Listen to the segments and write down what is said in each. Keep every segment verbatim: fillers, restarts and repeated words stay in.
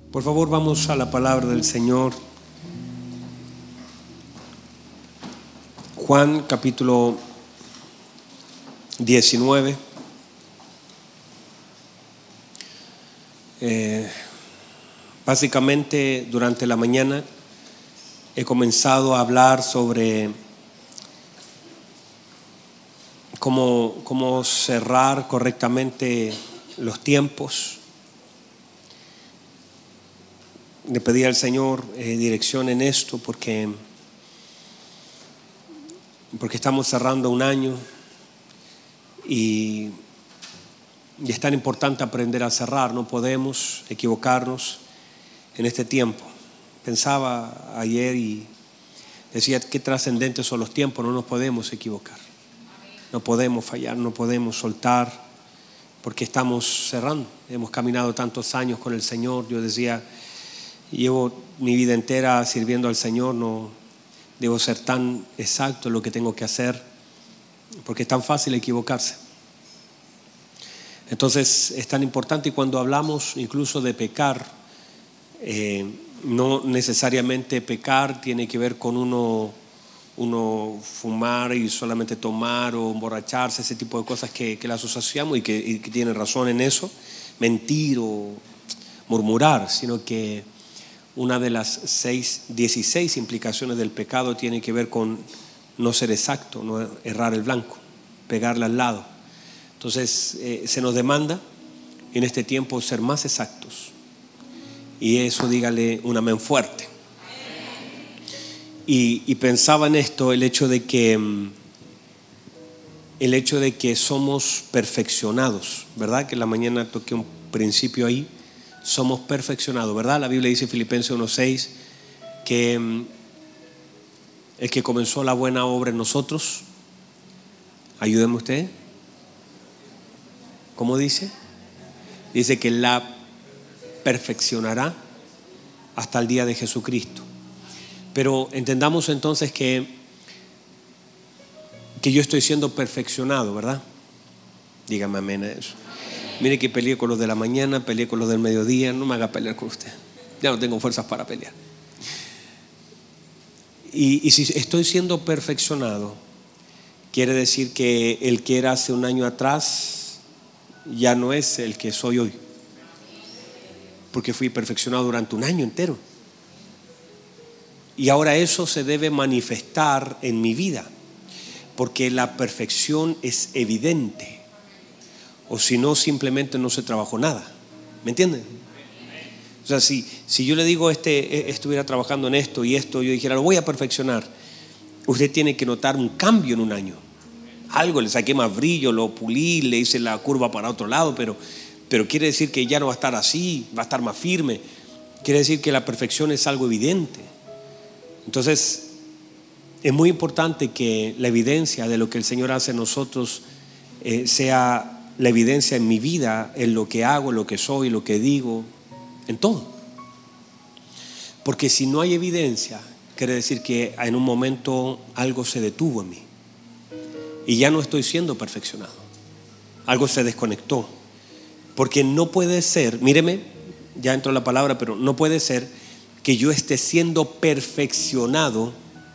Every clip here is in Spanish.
Por favor, vamos a la palabra del Señor. Juan capítulo diecinueve. Eh, básicamente, durante la mañana he comenzado a hablar sobre cómo, cómo cerrar correctamente los tiempos. Le pedí al Señor eh, dirección en esto porque, porque estamos cerrando un año y, y es tan importante aprender a cerrar. No podemos equivocarnos en este tiempo. Pensaba ayer y decía qué trascendentes son los tiempos. No nos podemos equivocar, no podemos fallar, no podemos soltar, porque estamos cerrando. Hemos caminado tantos años con el Señor. Yo decía, llevo mi vida entera sirviendo al Señor, no debo ser tan exacto en lo que tengo que hacer, porque es tan fácil equivocarse. Entonces es tan importante, y cuando hablamos incluso de pecar, eh, no necesariamente pecar tiene que ver con uno, uno fumar y solamente tomar o emborracharse, ese tipo de cosas que, que las asociamos y que, y que tienen razón en eso, mentir o murmurar, sino que una de las seis, dieciséis implicaciones del pecado tiene que ver con no ser exacto, no errar el blanco, pegarle al lado. Entonces eh, se nos demanda en este tiempo ser más exactos, y eso dígale un amén fuerte. Y, y pensaba en esto, el hecho de que el hecho de que somos perfeccionados, ¿verdad? Que en la mañana toqué un principio ahí. Somos perfeccionados, ¿verdad? La Biblia dice en Filipenses uno seis que el que comenzó la buena obra en nosotros, ayúdeme usted, ¿cómo dice? Dice que la perfeccionará hasta el día de Jesucristo. Pero entendamos entonces que que yo estoy siendo perfeccionado, ¿verdad? Dígame amén a eso. Mire que peleé con los de la mañana, peleé con los del mediodía. No me haga pelear con usted. Ya no tengo fuerzas para pelear. Y, y si estoy siendo perfeccionado, quiere decir que el que era hace un año atrás ya no es el que soy hoy, porque fui perfeccionado durante un año entero. Y ahora eso se debe manifestar en mi vida, porque la perfección es evidente. O si no, simplemente no se trabajó nada. ¿Me entienden? O sea, si, si yo le digo, este, estuviera trabajando en esto y esto, yo dijera, lo voy a perfeccionar, usted tiene que notar un cambio en un año. Algo, le saqué más brillo, lo pulí, le hice la curva para otro lado, pero, pero quiere decir que ya no va a estar así, va a estar más firme. Quiere decir que la perfección es algo evidente. Entonces, es muy importante que la evidencia de lo que el Señor hace en nosotros eh, sea la evidencia en mi vida, en lo que hago, en lo que soy, en lo que digo, en todo. Porque si no hay evidencia, quiere decir que en un momento algo se detuvo en mí y ya no estoy siendo perfeccionado. Algo se desconectó. Porque no puede ser, míreme, ya entró la palabra, pero no puede ser que yo esté siendo perfeccionado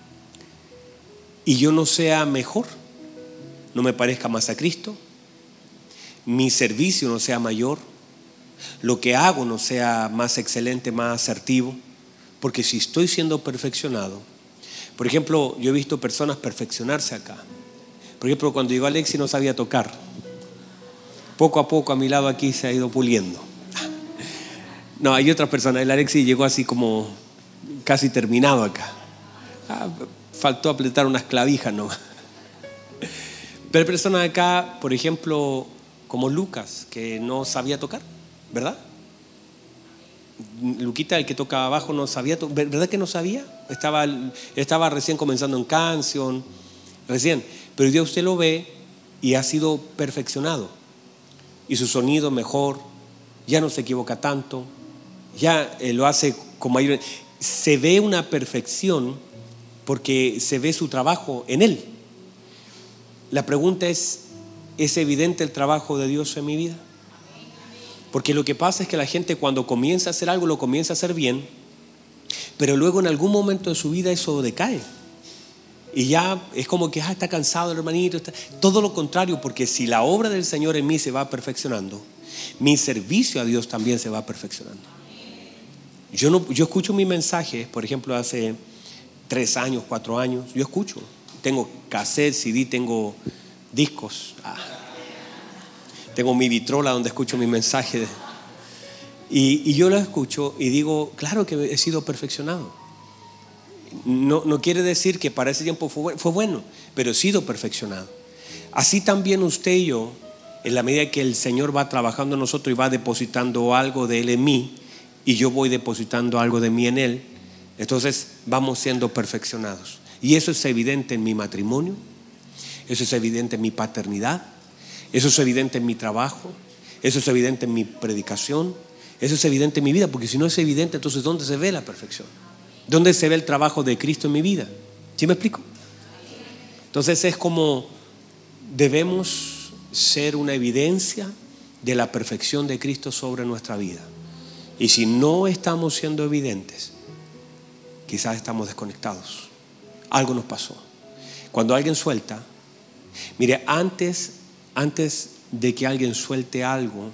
y yo no sea mejor, no me parezca más a Cristo, mi servicio no sea mayor, lo que hago no sea más excelente, más asertivo. Porque si estoy siendo perfeccionado, por ejemplo, yo he visto personas perfeccionarse acá. Por ejemplo, cuando llegó Alexi no sabía tocar. Poco a poco a mi lado aquí se ha ido puliendo. No, hay otras personas. El Alexi llegó así como casi terminado acá. Ah, faltó apretar unas clavijas nomás. Pero hay personas acá, por ejemplo, como Lucas, que no sabía tocar, ¿verdad? Luquita, el que toca abajo, no sabía tocar. ¿Verdad que no sabía? Estaba, estaba recién comenzando en canción, recién. Pero hoy día usted lo ve y ha sido perfeccionado. Y su sonido mejor, ya no se equivoca tanto, ya eh, lo hace con mayor. Se ve una perfección porque se ve su trabajo en él. La pregunta es, ¿es evidente el trabajo de Dios en mi vida? Porque lo que pasa es que la gente cuando comienza a hacer algo, lo comienza a hacer bien, pero luego en algún momento de su vida eso decae. Y ya es como que ah, está cansado el hermanito. Está... Todo lo contrario, porque si la obra del Señor en mí se va perfeccionando, mi servicio a Dios también se va perfeccionando. Yo, no, yo escucho mis mensajes, por ejemplo, hace tres años, cuatro años, yo escucho. Tengo cassette, C D, tengo discos. Ah. Tengo mi vitrola donde escucho mis mensajes. Y, y yo lo escucho y digo, claro que he sido perfeccionado. No, no quiere decir que para ese tiempo fue, fue bueno, pero he sido perfeccionado. Así también usted y yo, en la medida que el Señor va trabajando en nosotros y va depositando algo de Él en mí, y yo voy depositando algo de mí en Él, entonces vamos siendo perfeccionados. Y eso es evidente en mi matrimonio, eso es evidente en mi paternidad, eso es evidente en mi trabajo, eso es evidente en mi predicación, eso es evidente en mi vida. Porque si no es evidente, entonces ¿dónde se ve la perfección? ¿Dónde se ve el trabajo de Cristo en mi vida? ¿Sí me explico? Entonces es como debemos ser una evidencia de la perfección de Cristo sobre nuestra vida. Y si no estamos siendo evidentes, quizás estamos desconectados. Algo nos pasó. Cuando alguien suelta, mire, antes, antes de que alguien suelte algo,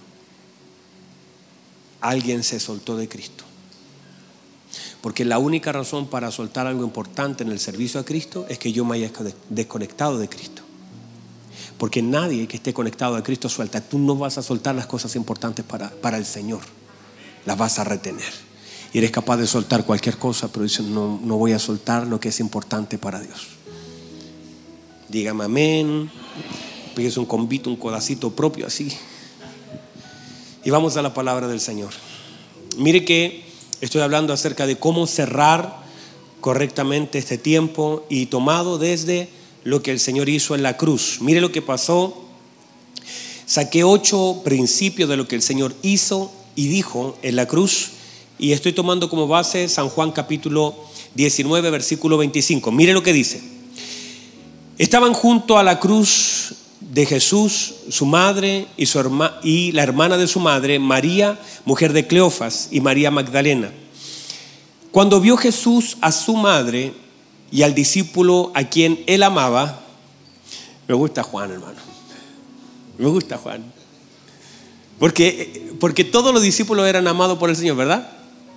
alguien se soltó de Cristo. Porque la única razón para soltar algo importante en el servicio a Cristo es que yo me haya desconectado de Cristo. Porque nadie que esté conectado a Cristo suelta. Tú no vas a soltar las cosas importantes para, para el Señor. Las vas a retener. Y eres capaz de soltar cualquier cosa, pero dices, no, no voy a soltar lo que es importante para Dios. Dígame amén. Píguese un convito, un codacito propio así. Y vamos a la palabra del Señor. Mire que estoy hablando acerca de cómo cerrar correctamente este tiempo y tomado desde lo que el Señor hizo en la cruz. Mire lo que pasó. Saqué ocho principios de lo que el Señor hizo y dijo en la cruz, y estoy tomando como base San Juan capítulo diecinueve versículo veinticinco. Mire lo que dice. Estaban junto a la cruz de Jesús, su madre y, su herma, y la hermana de su madre, María, mujer de Cleofas, y María Magdalena. Cuando vio Jesús a su madre y al discípulo a quien él amaba, me gusta Juan, hermano, me gusta Juan, porque, porque todos los discípulos eran amados por el Señor, ¿verdad?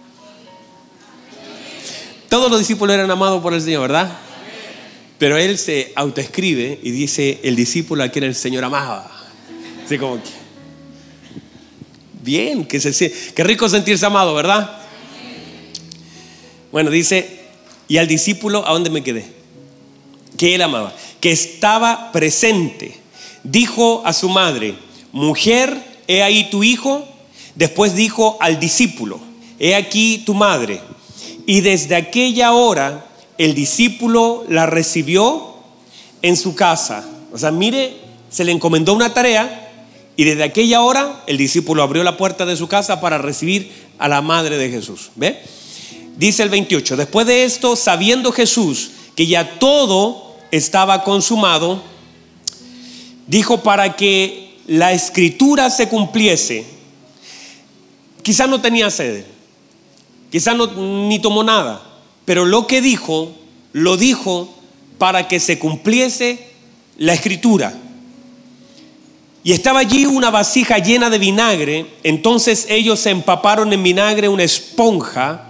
Todos los discípulos eran amados por el Señor, ¿verdad? Pero él se autoescribe y dice el discípulo a quien el Señor amaba. Así como que bien, que se, qué rico sentirse amado, ¿verdad? Bueno, dice, y al discípulo, ¿a dónde me quedé? Que él amaba, que estaba presente, dijo a su madre, mujer, he ahí tu hijo. Después dijo al discípulo, he aquí tu madre. Y desde aquella hora el discípulo la recibió en su casa. O sea, mire, se le encomendó una tarea y desde aquella hora el discípulo abrió la puerta de su casa para recibir a la madre de Jesús. ¿Ve? Dice el veintiocho, después de esto, sabiendo Jesús que ya todo estaba consumado, dijo para que la escritura se cumpliese. Quizás no tenía sed, quizás no, ni tomó nada, pero lo que dijo, lo dijo para que se cumpliese la escritura. Y estaba allí una vasija llena de vinagre. Entonces ellos se empaparon en vinagre una esponja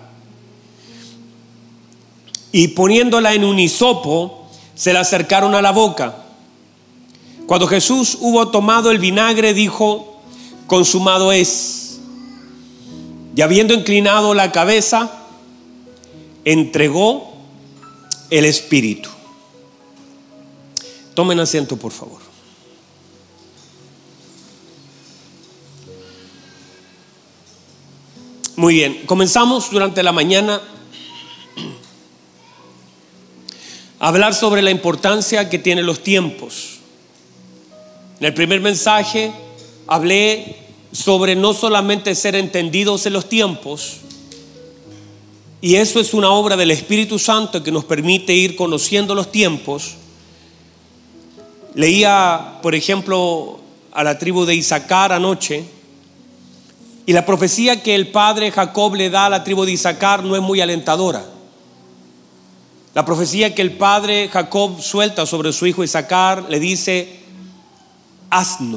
y poniéndola en un hisopo se la acercaron a la boca. Cuando Jesús hubo tomado el vinagre, dijo, consumado es. Y habiendo inclinado la cabeza, entregó el espíritu. Tomen asiento, por favor. Muy bien, comenzamos durante la mañana a hablar sobre la importancia que tienen los tiempos. En el primer mensaje hablé sobre no solamente ser entendidos en los tiempos, y eso es una obra del Espíritu Santo que nos permite ir conociendo los tiempos. Leía, por ejemplo, a la tribu de Isaacar anoche, Y la profecía que el padre Jacob le da a la tribu de Isaacar no es muy alentadora. La profecía que el padre Jacob suelta sobre su hijo Isaacar le dice: asno,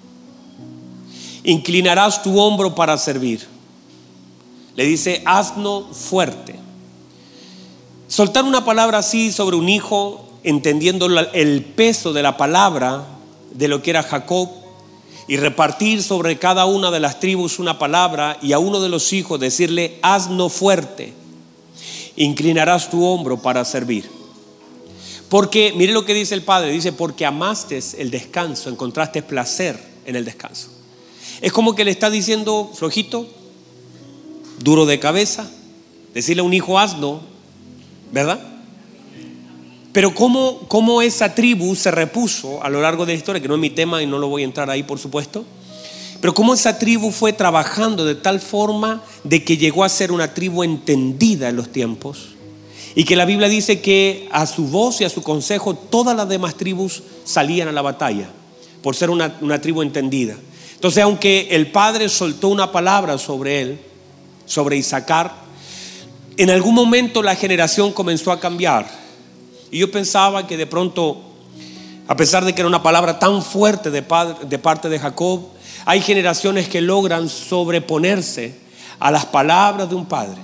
inclinarás tu hombro para servir. Le dice asno fuerte. Soltar una palabra así sobre un hijo, entendiendo el peso de la palabra de lo que era Jacob, y repartir sobre cada una de las tribus una palabra, y a uno de los hijos decirle asno fuerte, inclinarás tu hombro para servir. Porque mire lo que dice el padre, dice: porque amaste el descanso, encontraste placer en el descanso. Es como que le está diciendo: flojito, duro de cabeza. Decirle a un hijo asno, ¿verdad? Pero cómo, cómo esa tribu se repuso a lo largo de la historia, que no es mi tema y no lo voy a entrar ahí, por supuesto. Pero cómo esa tribu fue trabajando de tal forma de que llegó a ser una tribu entendida en los tiempos, y que la Biblia dice que a su voz y a su consejo todas las demás tribus salían a la batalla por ser una, una tribu entendida. Entonces, aunque el padre soltó una palabra sobre él, sobre Isaacar, en algún momento la generación comenzó a cambiar. Y yo pensaba que de pronto, a pesar de que era una palabra tan fuerte de, padre, de parte de Jacob, hay generaciones que logran sobreponerse a las palabras de un padre.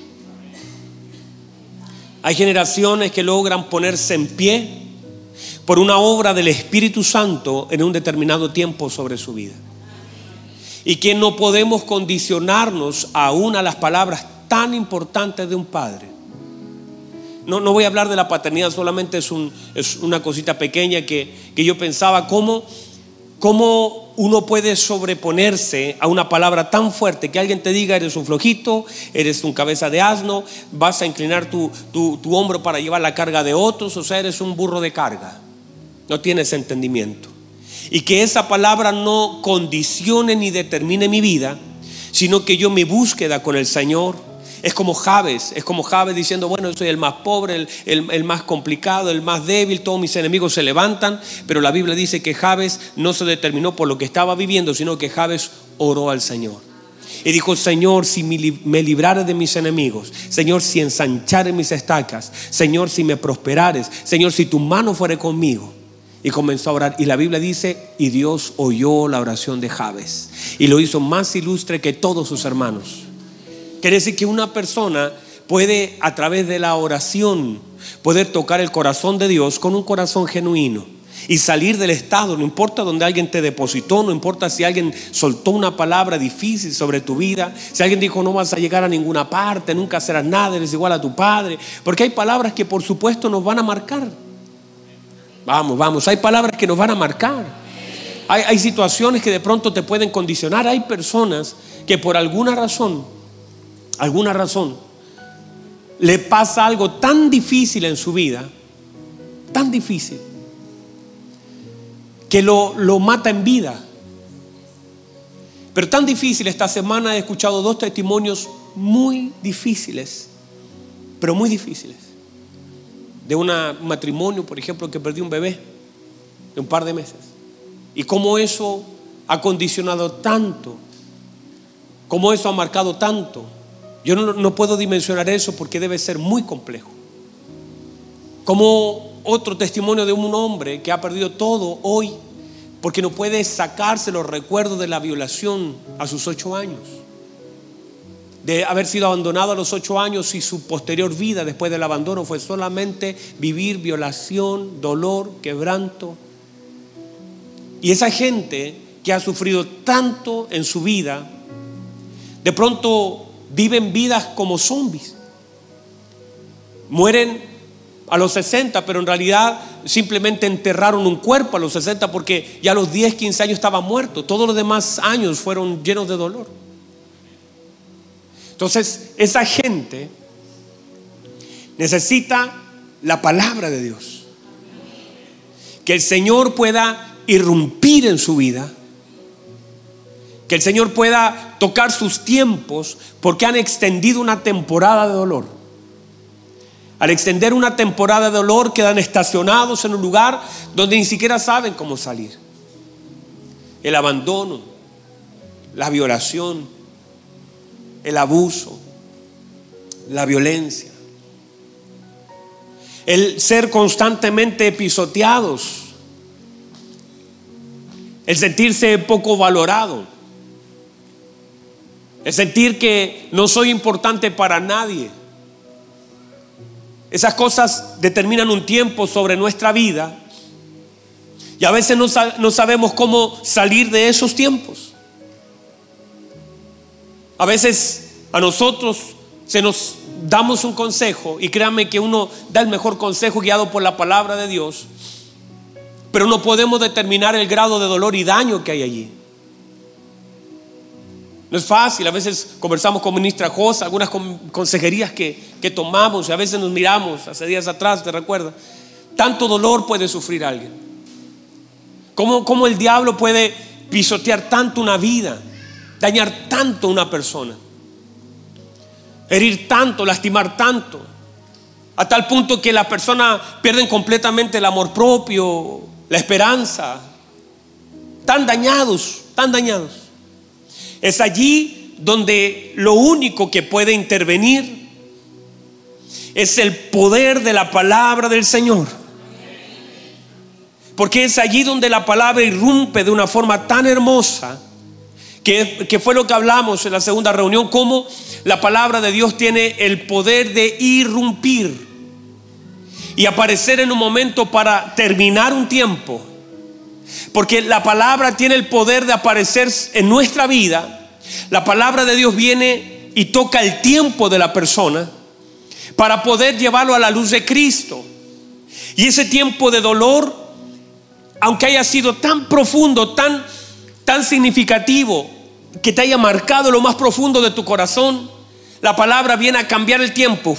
Hay generaciones que logran ponerse en pie por una obra del Espíritu Santo en un determinado tiempo sobre su vida. Y que no podemos condicionarnos aún a las palabras tan importantes de un padre. No, no voy a hablar de la paternidad, solamente es, un, es una cosita pequeña que, que yo pensaba, cómo, cómo uno puede sobreponerse a una palabra tan fuerte, que alguien te diga: eres un flojito, eres un cabeza de asno, vas a inclinar tu, tu, tu hombro para llevar la carga de otros, o sea, eres un burro de carga, no tienes entendimiento. Y que esa palabra no condicione ni determine mi vida, sino que yo, mi búsqueda con el Señor, es como Jabes, es como Jabes diciendo: bueno, yo soy el más pobre, el, el, el más complicado, el más débil, todos mis enemigos se levantan. Pero la Biblia dice que Jabes no se determinó por lo que estaba viviendo, sino que Jabes oró al Señor y dijo: Señor, si me librares de mis enemigos, Señor, si ensanchares mis estacas, Señor, si me prosperares, Señor, si tu mano fuere conmigo. Y comenzó a orar, y la Biblia dice: y Dios oyó la oración de Jabes y lo hizo más ilustre que todos sus hermanos. Quiere decir que una persona puede, a través de la oración, poder tocar el corazón de Dios con un corazón genuino y salir del estado. No importa donde alguien te depositó, no importa si alguien soltó una palabra difícil sobre tu vida, si alguien dijo: no vas a llegar a ninguna parte, nunca serás nada, eres igual a tu padre. Porque hay palabras que por supuesto nos van a marcar. Vamos, vamos, hay palabras que nos van a marcar. Hay, hay situaciones que de pronto te pueden condicionar. Hay personas que por alguna razón alguna razón le pasa algo tan difícil en su vida, tan difícil, que lo, lo mata en vida. Pero tan difícil, esta semana he escuchado dos testimonios muy difíciles, pero muy difíciles, de una, un matrimonio, por ejemplo, que perdió un bebé de un par de meses, y cómo eso ha condicionado tanto, cómo eso ha marcado tanto. Yo no, no puedo dimensionar eso porque debe ser muy complejo. Como otro testimonio de un hombre que ha perdido todo hoy porque no puede sacarse los recuerdos de la violación a sus ocho años, de haber sido abandonado a los ocho años, y su posterior vida después del abandono fue solamente vivir violación, dolor, quebranto. Y esa gente que ha sufrido tanto en su vida, de pronto viven vidas como zombies. Mueren a los sesenta, pero en realidad simplemente enterraron un cuerpo a los sesenta, porque ya a los diez, quince años estaba muerto. Todos los demás años fueron llenos de dolor. Entonces, esa gente necesita la palabra de Dios, que el Señor pueda irrumpir en su vida, que el Señor pueda tocar sus tiempos, porque han extendido una temporada de dolor. Al extender una temporada de dolor, quedan estacionados en un lugar donde ni siquiera saben cómo salir. El abandono, la violación, el abuso, la violencia, el ser constantemente pisoteados, el sentirse poco valorado, el sentir que no soy importante para nadie. Esas cosas determinan un tiempo sobre nuestra vida y a veces no, no sabemos cómo salir de esos tiempos. A veces a nosotros se nos damos un consejo y créanme que uno da el mejor consejo guiado por la palabra de Dios, pero no podemos determinar el grado de dolor y daño que hay allí. No es fácil. A veces conversamos con ministra Josa, algunas consejerías que, que tomamos y a veces nos miramos. Hace días atrás, ¿te recuerdas? Tanto dolor puede sufrir alguien. ¿Cómo, cómo el diablo puede pisotear tanto una vida, dañar tanto a una persona, herir tanto, lastimar tanto, a tal punto que las personas pierden completamente el amor propio, la esperanza? Tan dañados, tan dañados. Es allí donde lo único que puede intervenir es el poder de la palabra del Señor. Porque es allí donde la palabra irrumpe de una forma tan hermosa, que, que fue lo que hablamos en la segunda reunión, cómo la palabra de Dios tiene el poder de irrumpir y aparecer en un momento para terminar un tiempo. Porque la palabra tiene el poder de aparecer en nuestra vida. La palabra de Dios viene y toca el tiempo de la persona para poder llevarlo a la luz de Cristo. Y ese tiempo de dolor, aunque haya sido tan profundo, tan, tan significativo, que te haya marcado lo más profundo de tu corazón, la palabra viene a cambiar el tiempo.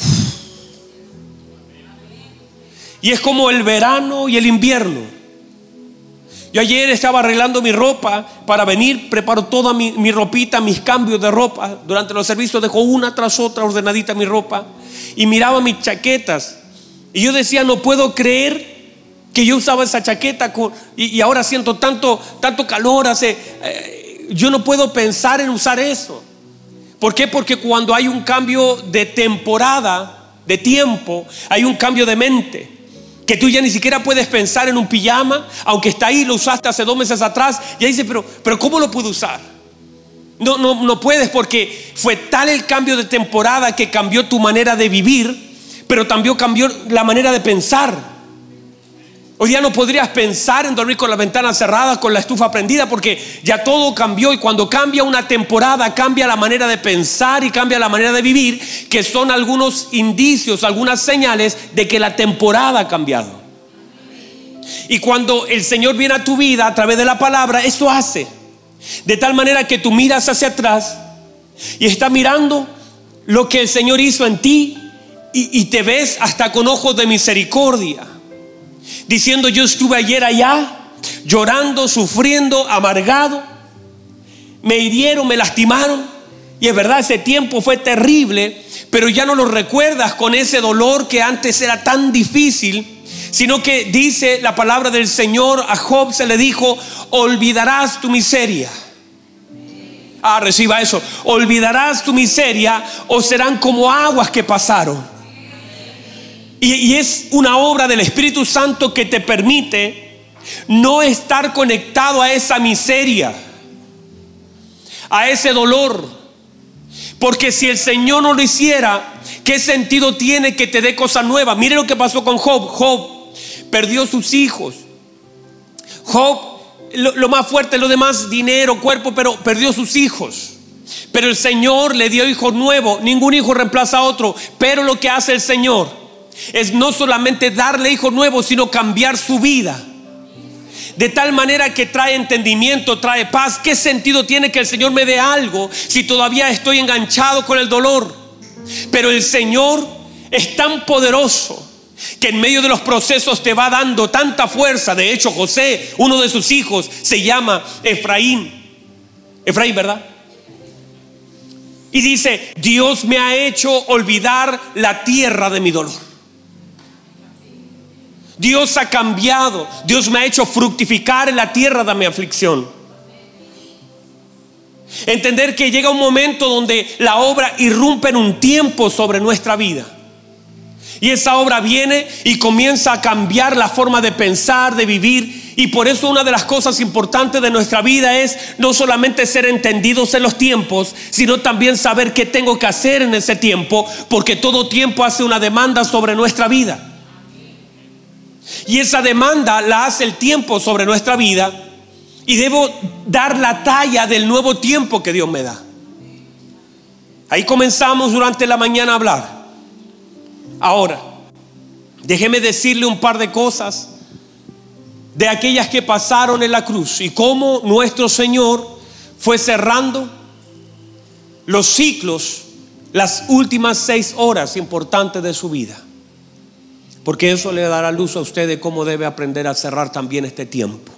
Y es como el verano y el invierno. Yo ayer estaba arreglando mi ropa para venir, preparo toda mi, mi ropita, mis cambios de ropa. Durante los servicios dejo una tras otra ordenadita mi ropa. Y miraba mis chaquetas. Y yo decía, no puedo creer que yo usaba esa chaqueta con, y, y ahora siento tanto, tanto calor. Hace, eh, yo no puedo pensar en usar eso. ¿Por qué? Porque cuando hay un cambio de temporada, de tiempo, hay un cambio de mente. Que tú ya ni siquiera puedes pensar en un pijama, aunque está ahí, lo usaste hace dos meses atrás. Y ahí dices, pero, pero ¿cómo lo puedo usar? No, no, no puedes, porque fue tal el cambio de temporada que cambió tu manera de vivir, pero también cambió la manera de pensar. Hoy día no podrías pensar en dormir con las ventanas cerradas, con la estufa prendida, porque ya todo cambió. Y cuando cambia una temporada, cambia la manera de pensar y cambia la manera de vivir, que son algunos indicios, algunas señales de que la temporada ha cambiado. Y cuando el Señor viene a tu vida a través de la palabra, eso hace de tal manera que tú miras hacia atrás y estás mirando lo que el Señor hizo en ti, y, y te ves hasta con ojos de misericordia, diciendo, yo estuve ayer allá llorando, sufriendo, amargado, me hirieron, me lastimaron, y es verdad, ese tiempo fue terrible, pero ya no lo recuerdas con ese dolor que antes era tan difícil, sino que dice la palabra del Señor, a Job se le dijo, olvidarás tu miseria. Ah, reciba eso. Olvidarás tu miseria, o serán como aguas que pasaron. Y, y es una obra del Espíritu Santo que te permite no estar conectado a esa miseria, a ese dolor. Porque si el Señor no lo hiciera, ¿qué sentido tiene que te dé cosas nuevas? Mire lo que pasó con Job. Job perdió sus hijos. Job, lo, lo más fuerte, lo demás, dinero, cuerpo, pero perdió sus hijos. Pero el Señor le dio hijos nuevos. Ningún hijo reemplaza a otro. Pero lo que hace el Señor es no solamente darle hijos nuevos, sino cambiar su vida de tal manera que trae entendimiento, trae paz. ¿Qué sentido tiene que el Señor me dé algo si todavía estoy enganchado con el dolor? Pero el Señor es tan poderoso que en medio de los procesos te va dando tanta fuerza. De hecho, José, uno de sus hijos, se llama Efraín. Efraín, ¿verdad? Y dice, Dios me ha hecho olvidar la tierra de mi dolor. Dios ha cambiado. Dios me ha hecho fructificar en la tierra de mi aflicción. Entender que llega un momento donde la obra irrumpe en un tiempo sobre nuestra vida. Y esa obra viene y comienza a cambiar la forma de pensar, de vivir. Y por eso una de las cosas importantes de nuestra vida es no solamente ser entendidos en los tiempos, sino también saber qué tengo que hacer en ese tiempo, porque todo tiempo hace una demanda sobre nuestra vida. Y esa demanda la hace el tiempo sobre nuestra vida, y debo dar la talla del nuevo tiempo que Dios me da. Ahí comenzamos durante la mañana a hablar. Ahora, déjeme decirle un par de cosas de aquellas que pasaron en la cruz y cómo nuestro Señor fue cerrando los ciclos, las últimas seis horas importantes de su vida, porque eso le dará luz a usted de cómo debe aprender a cerrar también este tiempo.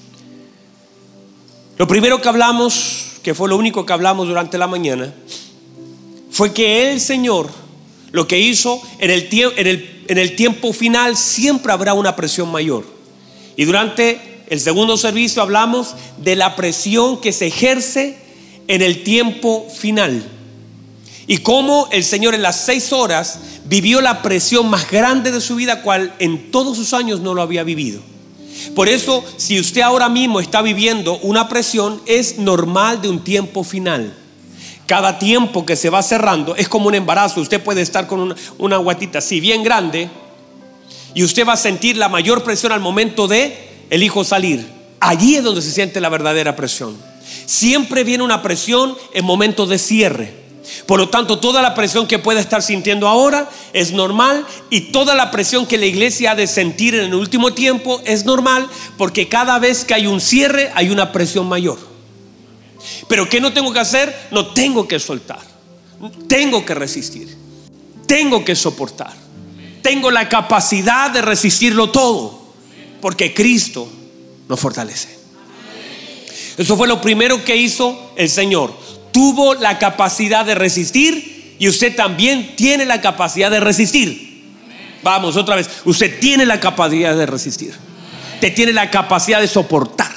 Lo primero que hablamos, que fue lo único que hablamos durante la mañana, fue que el Señor lo que hizo en el, tie- en el, en el tiempo final siempre habrá una presión mayor. Y durante el segundo servicio hablamos de la presión que se ejerce en el tiempo final. Y cómo el Señor en las seis horas vivió la presión más grande de su vida, cual en todos sus años no lo había vivido. Por eso, si usted ahora mismo está viviendo una presión, es normal de un tiempo final. Cada tiempo que se va cerrando es como un embarazo. Usted puede estar con una, una guatita así bien grande, y usted va a sentir la mayor presión al momento de el hijo salir. Allí es donde se siente la verdadera presión. Siempre viene una presión en momentos de cierre. Por lo tanto, toda la presión que puede estar sintiendo ahora es normal, y toda la presión que la iglesia ha de sentir en el último tiempo es normal, porque cada vez que hay un cierre hay una presión mayor. Pero ¿qué no tengo que hacer? No tengo que soltar, tengo que resistir, tengo que soportar. Tengo la capacidad de resistirlo todo, porque Cristo nos fortalece. Eso fue lo primero que hizo el Señor. Tuvo la capacidad de resistir, y usted también tiene la capacidad de resistir. Vamos, otra vez. Usted tiene la capacidad de resistir. Usted tiene la capacidad de soportar.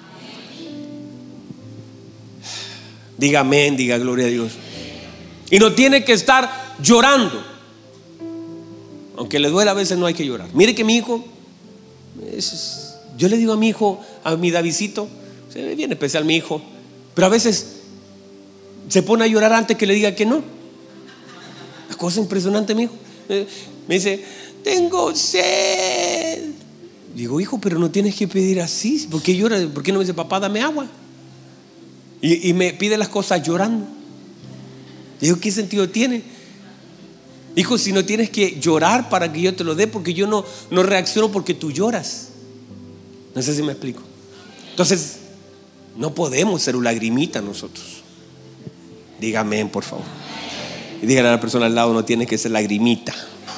Diga amén, diga gloria a Dios. Y no tiene que estar llorando. Aunque le duela, a veces no hay que llorar. Mire que mi hijo es, yo le digo a mi hijo, a mi Davidcito, se ve bien especial mi hijo, pero a veces se pone a llorar antes que le diga que no. Una cosa impresionante, mi hijo. Me dice, tengo sed. Digo, hijo, pero no tienes que pedir así. ¿Por qué llora? ¿Por qué no me dice, papá, dame agua? Y, y me pide las cosas llorando. Digo, ¿qué sentido tiene? Hijo, si no tienes que llorar para que yo te lo dé, porque yo no, no reacciono porque tú lloras. No sé si me explico. Entonces, no podemos ser un lagrimita nosotros. Dígame, por favor. Y dígale a la persona al lado, no tienes que ser lagrimita.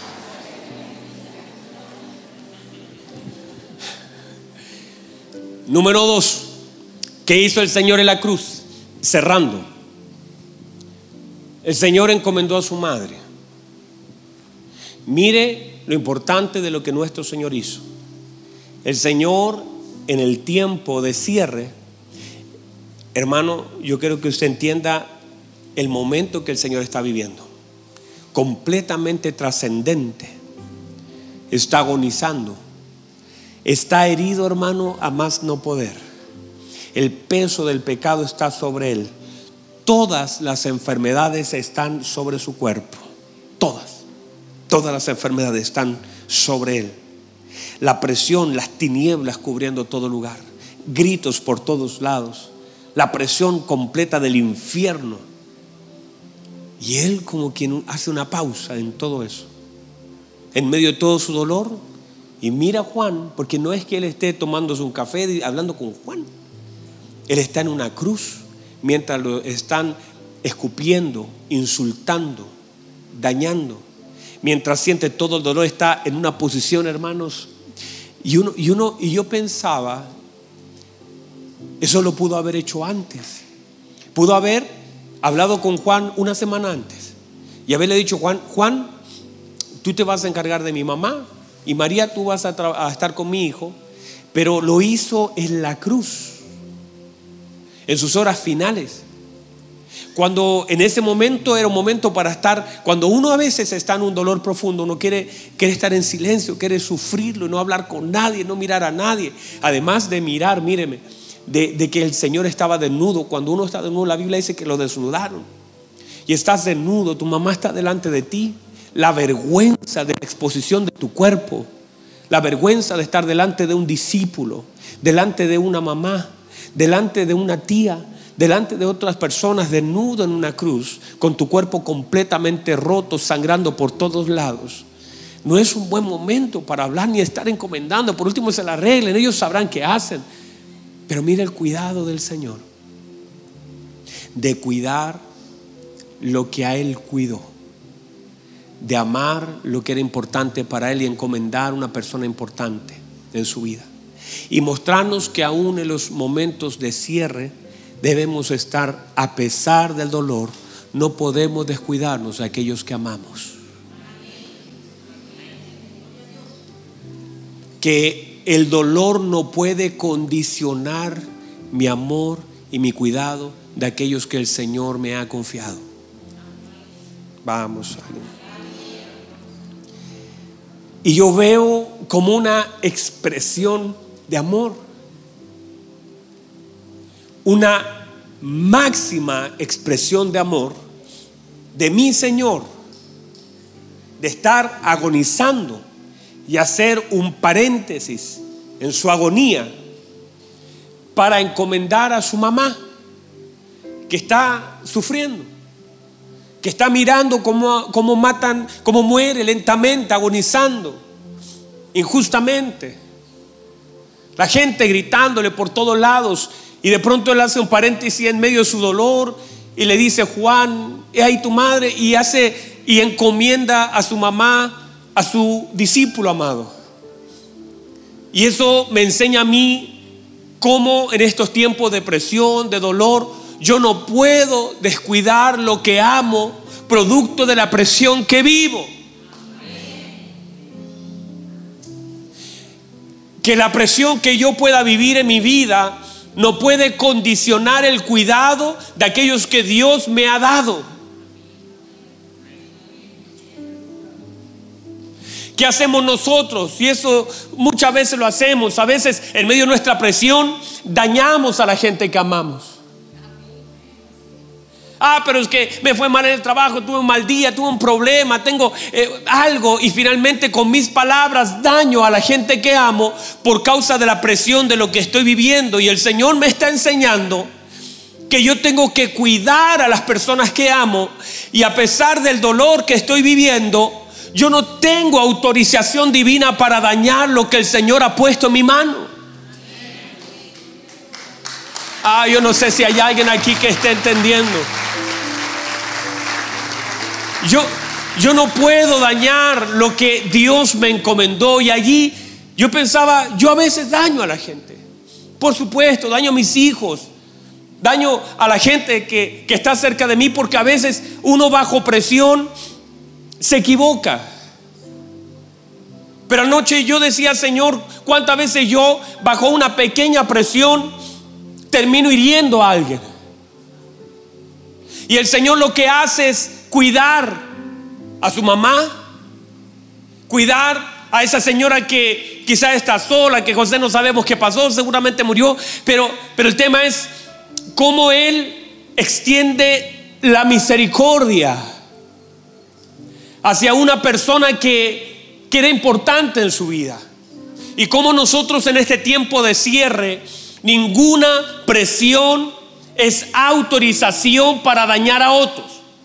Número dos, ¿qué hizo el Señor en la cruz? Cerrando. El Señor encomendó a su madre. Mire lo importante de lo que nuestro Señor hizo. El Señor, en el tiempo de cierre, hermano, yo quiero que usted entienda el momento que el Señor está viviendo. Completamente trascendente. Está agonizando. Está herido, hermano, a más no poder. El peso del pecado está sobre él. Todas las enfermedades están sobre su cuerpo. Todas. Todas las enfermedades están sobre él. La presión, las tinieblas cubriendo todo lugar. Gritos por todos lados. La presión completa del infierno. Y él como quien hace una pausa en todo eso. En medio de todo su dolor. Y mira a Juan, porque no es que él esté tomándose un café y hablando con Juan. Él está en una cruz mientras lo están escupiendo, insultando, dañando. Mientras siente todo el dolor, está en una posición, hermanos. Y uno, y uno, y yo pensaba, eso lo pudo haber hecho antes. Pudo haber hablado con Juan una semana antes y haberle dicho, Juan, Juan, tú te vas a encargar de mi mamá, y María, tú vas a, tra- a estar con mi hijo. Pero lo hizo en la cruz, en sus horas finales. Cuando en ese momento era un momento para estar, cuando uno a veces está en un dolor profundo, uno quiere, quiere estar en silencio, quiere sufrirlo, no hablar con nadie, no mirar a nadie. Además de mirar, míreme, de, de que el Señor estaba desnudo. Cuando uno está desnudo, la Biblia dice que lo desnudaron. Y estás desnudo, tu mamá está delante de ti. La vergüenza de la exposición de tu cuerpo, la vergüenza de estar delante de un discípulo, delante de una mamá, delante de una tía, delante de otras personas, desnudo en una cruz, con tu cuerpo completamente roto, sangrando por todos lados. No es un buen momento para hablar ni estar encomendando. Por último se la arreglen, ellos sabrán qué hacen. Pero mira el cuidado del Señor, de cuidar lo que a Él cuidó, de amar lo que era importante para Él y encomendar a una persona importante en su vida, y mostrarnos que aún en los momentos de cierre debemos estar, a pesar del dolor, no podemos descuidarnos de aquellos que amamos. Que el dolor no puede condicionar mi amor y mi cuidado de aquellos que el Señor me ha confiado. Vamos a ver. Y yo veo como una expresión de amor, una máxima expresión de amor de mi Señor, de estar agonizando y hacer un paréntesis en su agonía para encomendar a su mamá, que está sufriendo, que está mirando cómo, cómo matan, cómo muere lentamente, agonizando injustamente, la gente gritándole por todos lados. Y de pronto él hace un paréntesis en medio de su dolor y le dice: Juan, he ahí tu madre, y hace y encomienda a su mamá, a su discípulo amado. Y eso me enseña a mí cómo en estos tiempos de presión, de dolor, yo no puedo descuidar lo que amo, producto de la presión que vivo. Que la presión que yo pueda vivir en mi vida no puede condicionar el cuidado de aquellos que Dios me ha dado. ¿Qué hacemos nosotros? Y eso muchas veces lo hacemos. A veces en medio de nuestra presión dañamos a la gente que amamos. Ah, pero es que me fue mal en el trabajo, tuve un mal día, tuve un problema, tengo eh, algo, y finalmente con mis palabras daño a la gente que amo por causa de la presión de lo que estoy viviendo. Y el Señor me está enseñando que yo tengo que cuidar a las personas que amo, y a pesar del dolor que estoy viviendo, yo no tengo autorización divina para dañar lo que el Señor ha puesto en mi mano. Ah, yo no sé si hay alguien aquí que esté entendiendo. Yo, yo no puedo dañar lo que Dios me encomendó. Y allí yo pensaba, yo a veces daño a la gente. Por supuesto, daño a mis hijos, daño a la gente que, que está cerca de mí, porque a veces uno bajo presión se equivoca. Pero anoche yo decía: Señor, ¿cuántas veces yo bajo una pequeña presión termino hiriendo a alguien? Y el Señor lo que hace es cuidar a su mamá, cuidar a esa señora que quizás está sola, que José no sabemos qué pasó, seguramente murió, pero, pero el tema es cómo Él extiende la misericordia hacia una persona que, que era importante en su vida. Y cómo nosotros en este tiempo de cierre, ninguna presión es autorización para dañar a otros.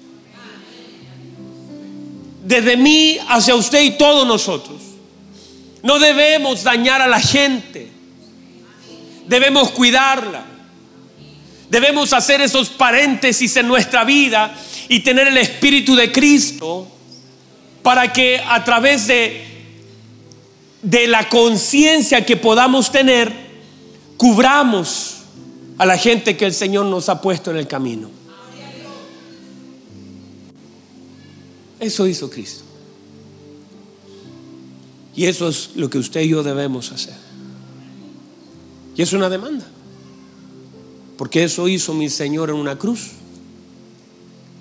Desde mí hacia usted y todos nosotros, no debemos dañar a la gente, debemos cuidarla, debemos hacer esos paréntesis en nuestra vida y tener el Espíritu de Cristo, para que a través de, de la conciencia que podamos tener, cubramos a la gente que el Señor nos ha puesto en el camino. Eso hizo Cristo. Y eso es lo que usted y yo debemos hacer. Y es una demanda, porque eso hizo mi Señor en una cruz.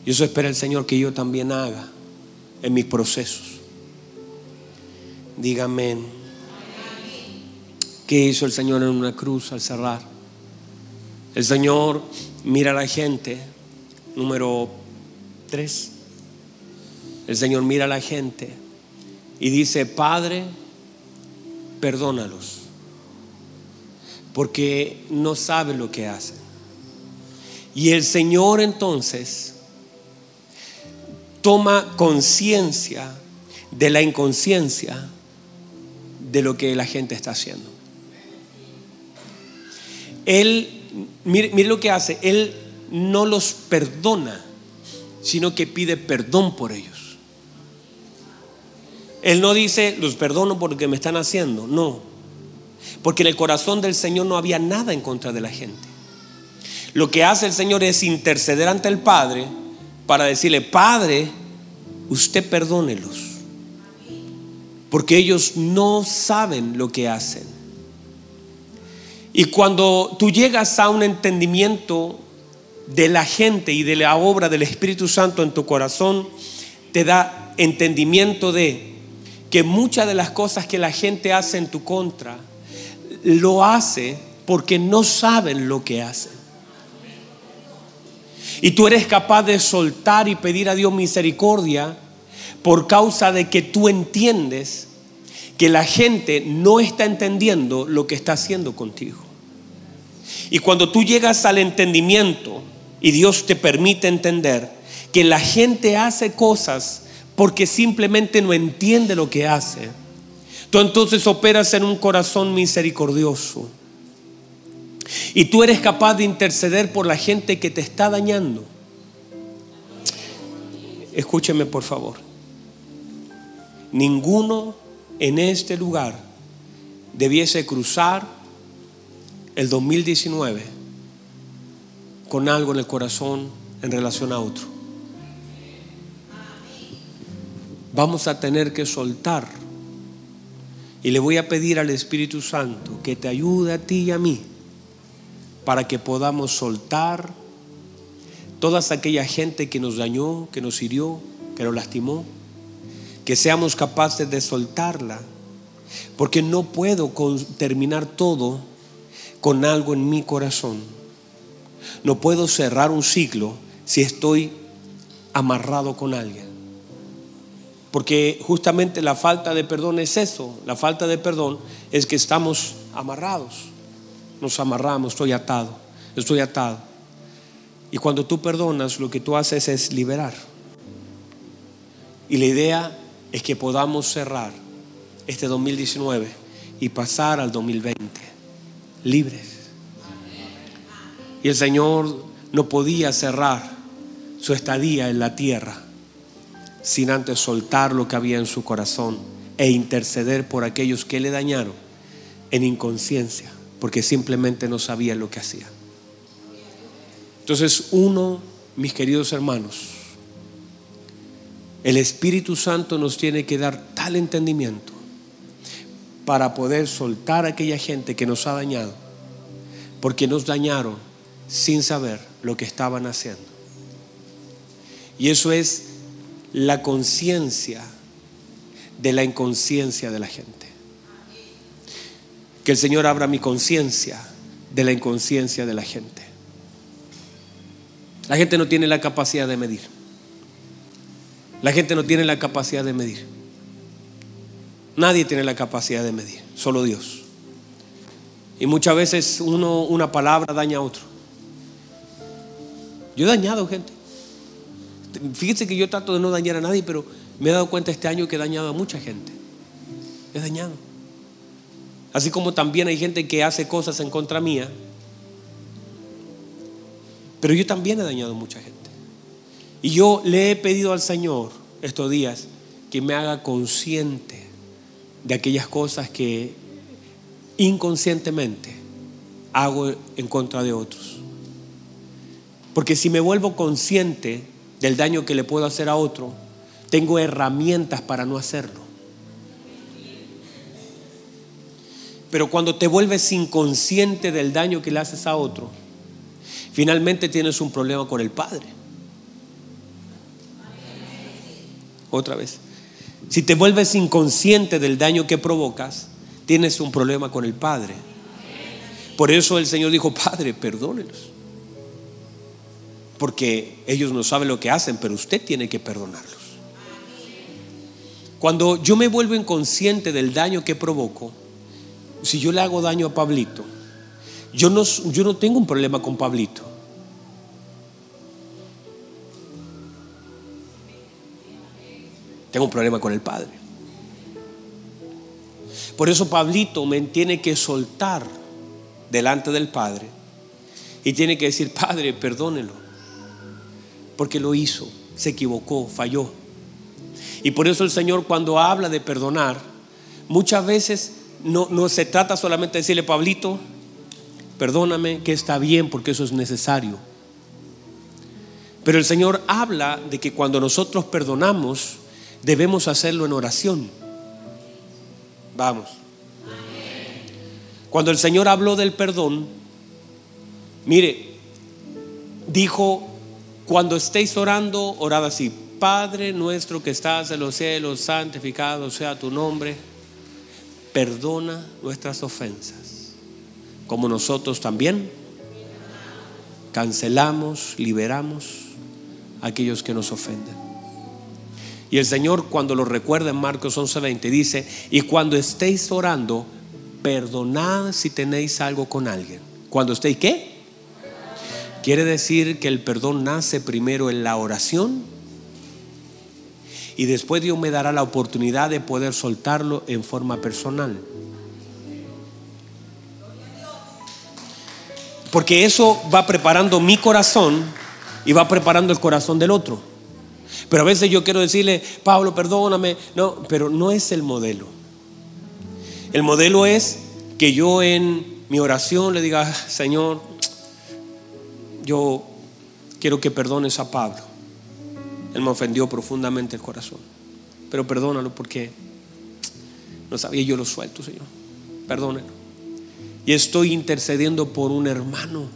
Y eso espera el Señor que yo también haga en mis procesos. Dígame, ¿qué hizo el Señor en una cruz al cerrar? El Señor mira a la gente, número tres. El Señor mira a la gente y dice: Padre, perdónalos, porque no saben lo que hacen. Y el Señor entonces toma conciencia de la inconsciencia de lo que la gente está haciendo. Él, mire, mire lo que hace. Él no los perdona, sino que pide perdón por ellos. Él no dice: los perdono por lo que me están haciendo. No, porque en el corazón del Señor no había nada en contra de la gente. Lo que hace el Señor es interceder ante el Padre para decirle: Padre, usted perdónelos, porque ellos no saben lo que hacen. Y cuando tú llegas a un entendimiento de la gente y de la obra del Espíritu Santo en tu corazón, te da entendimiento de que muchas de las cosas que la gente hace en tu contra lo hace porque no saben lo que hacen. Y tú eres capaz de soltar y pedir a Dios misericordia por causa de que tú entiendes que la gente no está entendiendo lo que está haciendo contigo. Y cuando tú llegas al entendimiento y Dios te permite entender que la gente hace cosas porque simplemente no entiende lo que hace, tú entonces operas en un corazón misericordioso y tú eres capaz de interceder por la gente que te está dañando. Escúcheme por favor. Ninguno en este lugar debiese cruzar el dos mil diecinueve con algo en el corazón en relación a otro. Vamos a tener que soltar, y le voy a pedir al Espíritu Santo que te ayude a ti y a mí para que podamos soltar toda aquella gente que nos dañó, que nos hirió, que nos lastimó, que seamos capaces de soltarla, porque no puedo con, terminar todo con algo en mi corazón. No puedo cerrar un ciclo si estoy amarrado con alguien, porque justamente la falta de perdón es eso. La falta de perdón es que estamos amarrados, nos amarramos. Estoy atado, estoy atado. Y cuando tú perdonas, lo que tú haces es liberar. Y la idea es que podamos cerrar este dos mil diecinueve y pasar al dos mil veinte libres. Y el Señor no podía cerrar su estadía en la tierra sin antes soltar lo que había en su corazón e interceder por aquellos que le dañaron en inconsciencia, porque simplemente no sabía lo que hacía. Entonces, uno, mis queridos hermanos, el Espíritu Santo nos tiene que dar tal entendimiento para poder soltar a aquella gente que nos ha dañado, porque nos dañaron sin saber lo que estaban haciendo. Y eso es la conciencia de la inconsciencia de la gente. Que el Señor abra mi conciencia de la inconsciencia de la gente. La gente no tiene la capacidad de medir. La gente no tiene la capacidad de medir. Nadie tiene la capacidad de medir, solo Dios. Y muchas veces uno, una palabra daña a otro. Yo he dañado gente. Fíjense que yo trato de no dañar a nadie, pero me he dado cuenta este año que he dañado a mucha gente. He dañado. Así como también hay gente que hace cosas en contra mía, pero yo también he dañado a mucha gente. Y yo le he pedido al Señor estos días que me haga consciente de aquellas cosas que inconscientemente hago en contra de otros. Porque si me vuelvo consciente del daño que le puedo hacer a otro, tengo herramientas para no hacerlo. Pero cuando te vuelves inconsciente del daño que le haces a otro, finalmente tienes un problema con el Padre. otra vez. Si te vuelves inconsciente del daño que provocas, tienes un problema con el Padre. Por eso el Señor dijo: Padre, perdónelos, porque ellos no saben lo que hacen, pero usted tiene que perdonarlos. Cuando yo me vuelvo inconsciente del daño que provoco, si yo le hago daño a Pablito, yo no, yo no tengo un problema con Pablito. Tengo un problema con el Padre. Por eso Pablito me tiene que soltar delante del Padre y tiene que decir: Padre, perdónelo, porque lo hizo, se equivocó, falló. Y por eso el Señor, cuando habla de perdonar, muchas veces no, no se trata solamente de decirle: Pablito, perdóname, que está bien, porque eso es necesario. Pero el Señor habla de que cuando nosotros perdonamos, debemos hacerlo en oración. Vamos. Cuando el Señor habló del perdón, mire, dijo: cuando estéis orando, orad así: Padre nuestro que estás en los cielos, santificado sea tu nombre. Perdona nuestras ofensas, como nosotros también cancelamos, liberamos a aquellos que nos ofenden. Y el Señor, cuando lo recuerda en Marcos once veinte, dice: y cuando estéis orando, perdonad si tenéis algo con alguien. Cuando estéis, ¿qué? Quiere decir que el perdón nace primero en la oración, y después Dios me dará la oportunidad de poder soltarlo en forma personal. Porque eso va preparando mi corazón y va preparando el corazón del otro. Pero a veces yo quiero decirle: Pablo, perdóname. No, pero no es el modelo. El modelo es que yo en mi oración le diga: Señor, yo quiero que perdones a Pablo. Él me ofendió profundamente el corazón, pero perdónalo porque no sabía. Yo lo suelto, Señor, perdónalo. Y estoy intercediendo por un hermano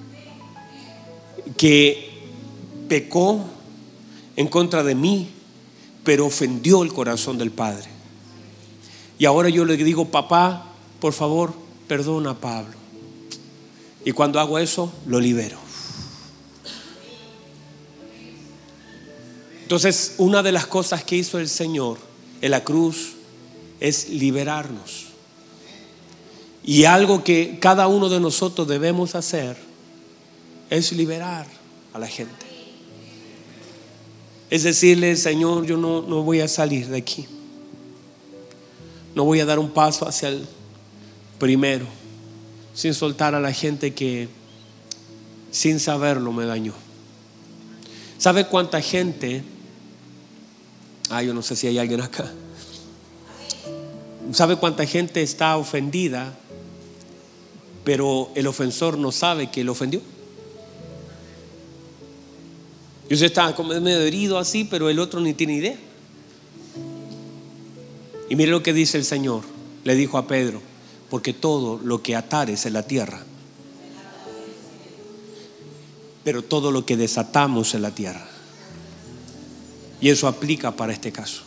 que pecó en contra de mí, pero ofendió el corazón del Padre. Y ahora yo le digo: papá, por favor, perdona a Pablo. Y cuando hago eso, lo libero. Entonces, una de las cosas que hizo el Señor en la cruz es liberarnos. Y algo que cada uno de nosotros debemos hacer es liberar a la gente. Es decirle: Señor, yo no, no voy a salir de aquí. No voy a dar un paso hacia el primero sin soltar a la gente que sin saberlo me dañó. ¿Sabe cuánta gente? Ah, yo no sé si hay alguien acá. ¿Sabe cuánta gente está ofendida, pero el ofensor no sabe que lo ofendió? Y usted está como medio herido así, pero el otro ni tiene idea. Y mire lo que dice el Señor. Le dijo a Pedro: porque todo lo que atares en la tierra, pero todo lo que desatamos en la tierra. Y eso aplica para este caso.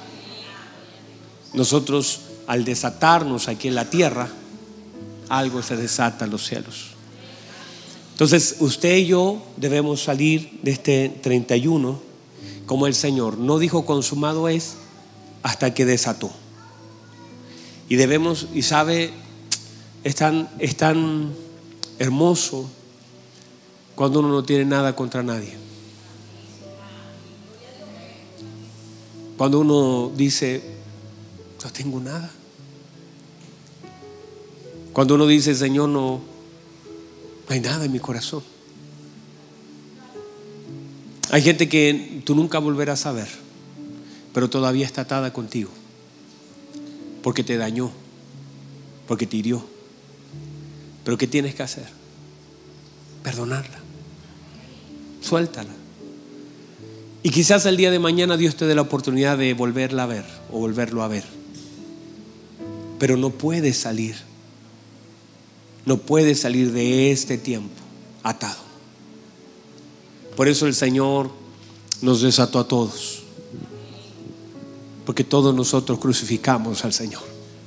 Nosotros, al desatarnos aquí en la tierra, algo se desata en los cielos. Entonces usted y yo debemos salir de este treinta y uno como el Señor. No dijo consumado es hasta que desató. Y debemos, y sabe, es tan, es tan hermoso cuando uno no tiene nada contra nadie. Cuando uno dice: no tengo nada. Cuando uno dice: Señor, no, no hay nada en mi corazón. Hay gente que tú nunca volverás a ver, pero todavía está atada contigo, porque te dañó, porque te hirió. Pero ¿qué tienes que hacer? Perdonarla, suéltala. Y quizás el día de mañana Dios te dé la oportunidad de volverla a ver o volverlo a ver. Pero no puedes salir. No puedes salir de este tiempo atado. Por eso el Señor nos desató a todos. Porque todos nosotros crucificamos al Señor.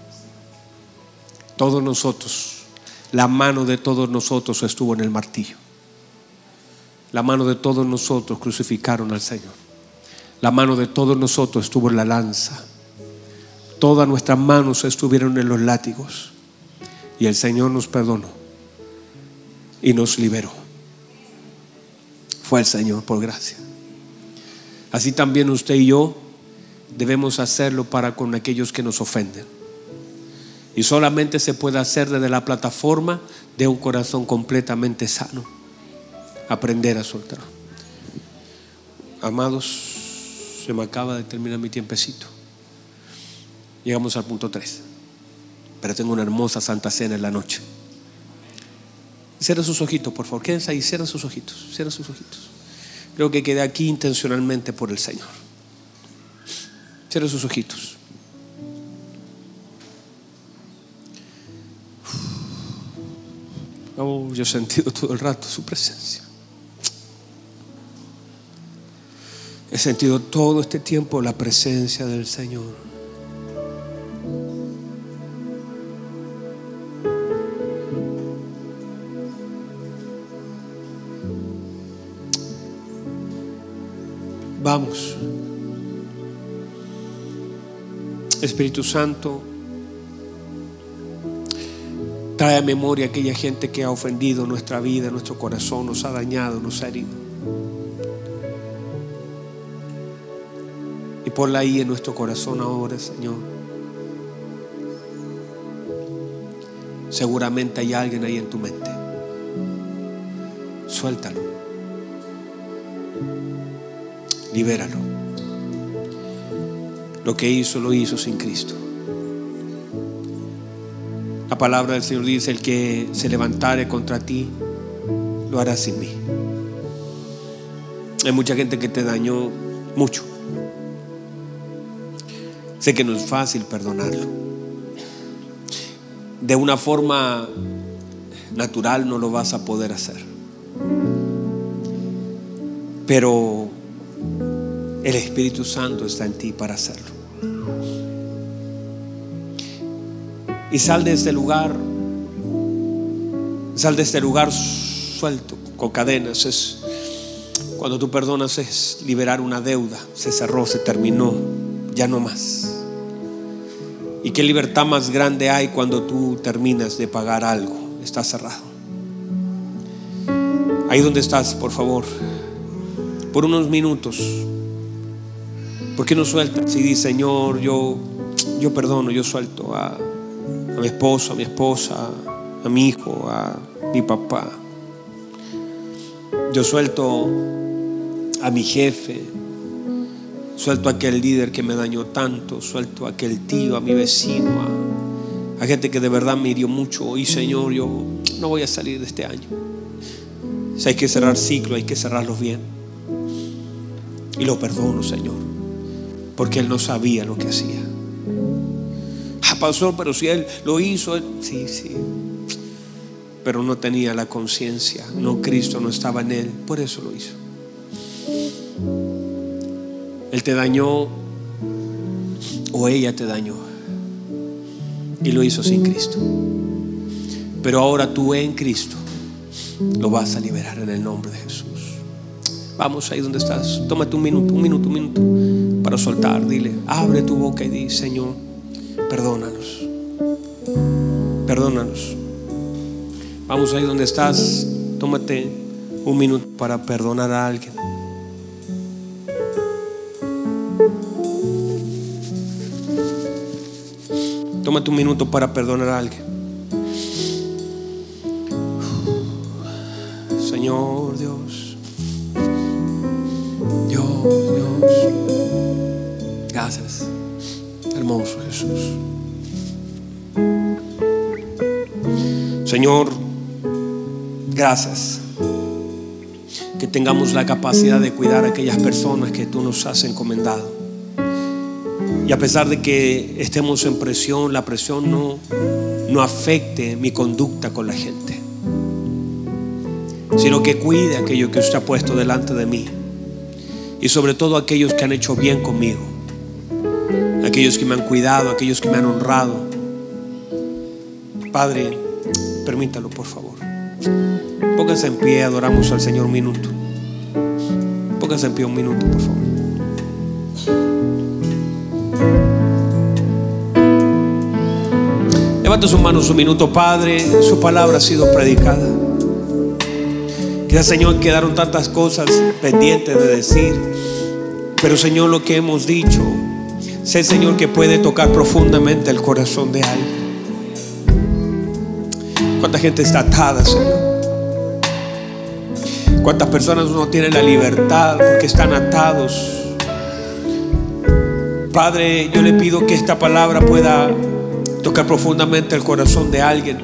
Todos nosotros, la mano de todos nosotros estuvo en el martillo. La mano de todos nosotros crucificaron al Señor. La mano de todos nosotros estuvo en la lanza. Todas nuestras manos estuvieron en los látigos. Y el Señor nos perdonó y nos liberó. Fue el Señor por gracia. Así también usted y yo debemos hacerlo para con aquellos que nos ofenden. Y solamente se puede hacer desde la plataforma de un corazón completamente sano. Aprender a soltar. Amados, se me acaba de terminar mi tiempecito. Llegamos al punto tres. Pero tengo una hermosa Santa Cena en la noche. Cierra sus ojitos, por favor. Quédense ahí, cierra sus ojitos. Cierra sus ojitos. Creo que quedé aquí intencionalmente por el Señor. Cierra sus ojitos. Oh, yo he sentido todo el rato su presencia. He sentido todo este tiempo la presencia del Señor. Vamos. Espíritu Santo, trae a memoria a aquella gente que ha ofendido nuestra vida, nuestro corazón, nos ha dañado, nos ha herido. Y ponla ahí en nuestro corazón ahora, Señor. Seguramente hay alguien ahí en tu mente. Suéltalo. Libéralo. Lo que hizo, lo hizo sin Cristo. La palabra del Señor dice: el que se levantare contra ti, lo hará sin mí. Hay mucha gente que te dañó mucho. Sé que no es fácil perdonarlo. De una forma natural no lo vas a poder hacer. Pero el Espíritu Santo está en ti para hacerlo. Y sal de este lugar, sal de este lugar suelto, con cadenas. Es, cuando tú perdonas es liberar una deuda. Se cerró, se terminó, ya no más. Y qué libertad más grande hay cuando tú terminas de pagar algo. Está cerrado. Ahí donde estás, por favor, por unos minutos, ¿por qué no sueltas y dices: Señor, yo, yo perdono, yo suelto a, a mi esposo, a mi esposa, a mi hijo, a mi papá. Yo suelto a mi jefe, suelto a aquel líder que me dañó tanto, suelto a aquel tío, a mi vecino, a, a gente que de verdad me hirió mucho. Y Señor, yo no voy a salir de este año. Si hay que cerrar ciclos, hay que cerrarlos bien. Y lo perdono, Señor, porque él no sabía lo que hacía. Ah, pastor, pero si él lo hizo, él, sí, sí, pero no tenía la conciencia. No, Cristo no estaba en él, por eso lo hizo. Él te dañó o ella te dañó y lo hizo sin Cristo. Pero ahora tú en Cristo lo vas a liberar en el nombre de Jesús. Vamos ahí donde estás. Tómate un minuto, un minuto, un minuto para soltar. Dile, abre tu boca y di: Señor, perdónanos. Perdónanos. Vamos ahí donde estás. Tómate un minuto para perdonar a alguien. Tómate un minuto para perdonar a alguien. Señor Dios, Dios, Dios, gracias, hermoso Jesús. Señor, gracias que tengamos la capacidad de cuidar a aquellas personas que tú nos has encomendado. Y a pesar de que estemos en presión, la presión no, no afecte mi conducta con la gente, sino que cuide aquello que usted ha puesto delante de mí, y sobre todo aquellos que han hecho bien conmigo. aquellos que me han cuidado, aquellos que me han honrado. Padre, permítalo, por favor. Póngase en pie, adoramos al Señor un minuto. Póngase en pie un minuto, por favor. Levanta sus manos un minuto. Padre, su palabra ha sido predicada. Quizás, Señor, quedaron tantas cosas pendientes de decir, pero Señor, lo que hemos dicho, sé, Señor, que puede tocar profundamente el corazón de alguien. ¿Cuánta gente está atada, Señor? ¿Cuántas personas no tienen la libertad porque están atados? Padre, yo le pido que esta palabra pueda tocar profundamente el corazón de alguien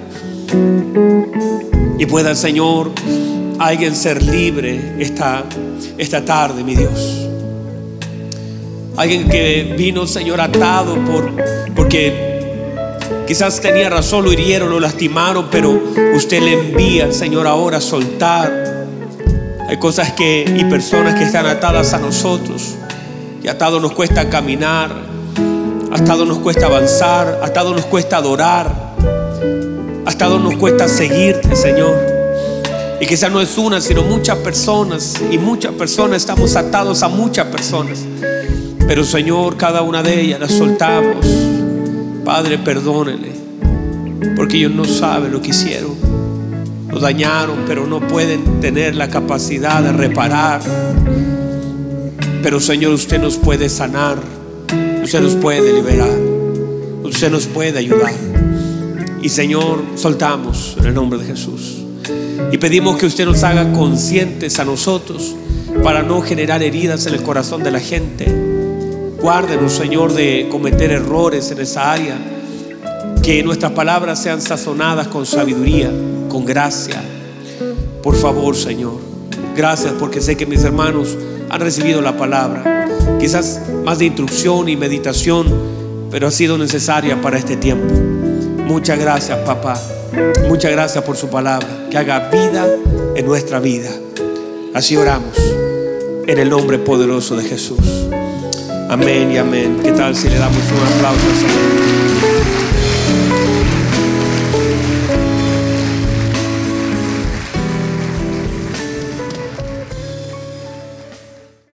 y pueda, Señor, alguien ser libre esta, esta tarde, mi Dios. Alguien que vino, Señor, atado por, porque quizás tenía razón, lo hirieron, lo lastimaron, pero usted le envía, Señor, ahora a soltar. Hay cosas que y personas que están atadas a nosotros, y atado nos cuesta caminar, atado nos cuesta avanzar, atado nos cuesta adorar, atado nos cuesta seguirte, Señor. Y quizás no es una, sino muchas personas, y muchas personas estamos atados a muchas personas, pero, Señor, cada una de ellas las soltamos. Padre, perdónele, porque ellos no saben lo que hicieron. Nos dañaron, pero no pueden tener la capacidad de reparar. Pero, Señor, usted nos puede sanar, usted nos puede liberar, usted nos puede ayudar. Y, Señor, soltamos en el nombre de Jesús y pedimos que usted nos haga conscientes a nosotros para no generar heridas en el corazón de la gente. Guárdenos, Señor, de cometer errores en esa área. Que nuestras palabras sean sazonadas con sabiduría, con gracia. Por favor, Señor, gracias, porque sé que mis hermanos han recibido la palabra, quizás más de instrucción y meditación, pero ha sido necesaria para este tiempo. Muchas gracias, papá. Muchas gracias por su palabra, que haga vida en nuestra vida. Así oramos en el nombre poderoso de Jesús. Amén y amén. ¿Qué tal si le damos un aplauso al Señor?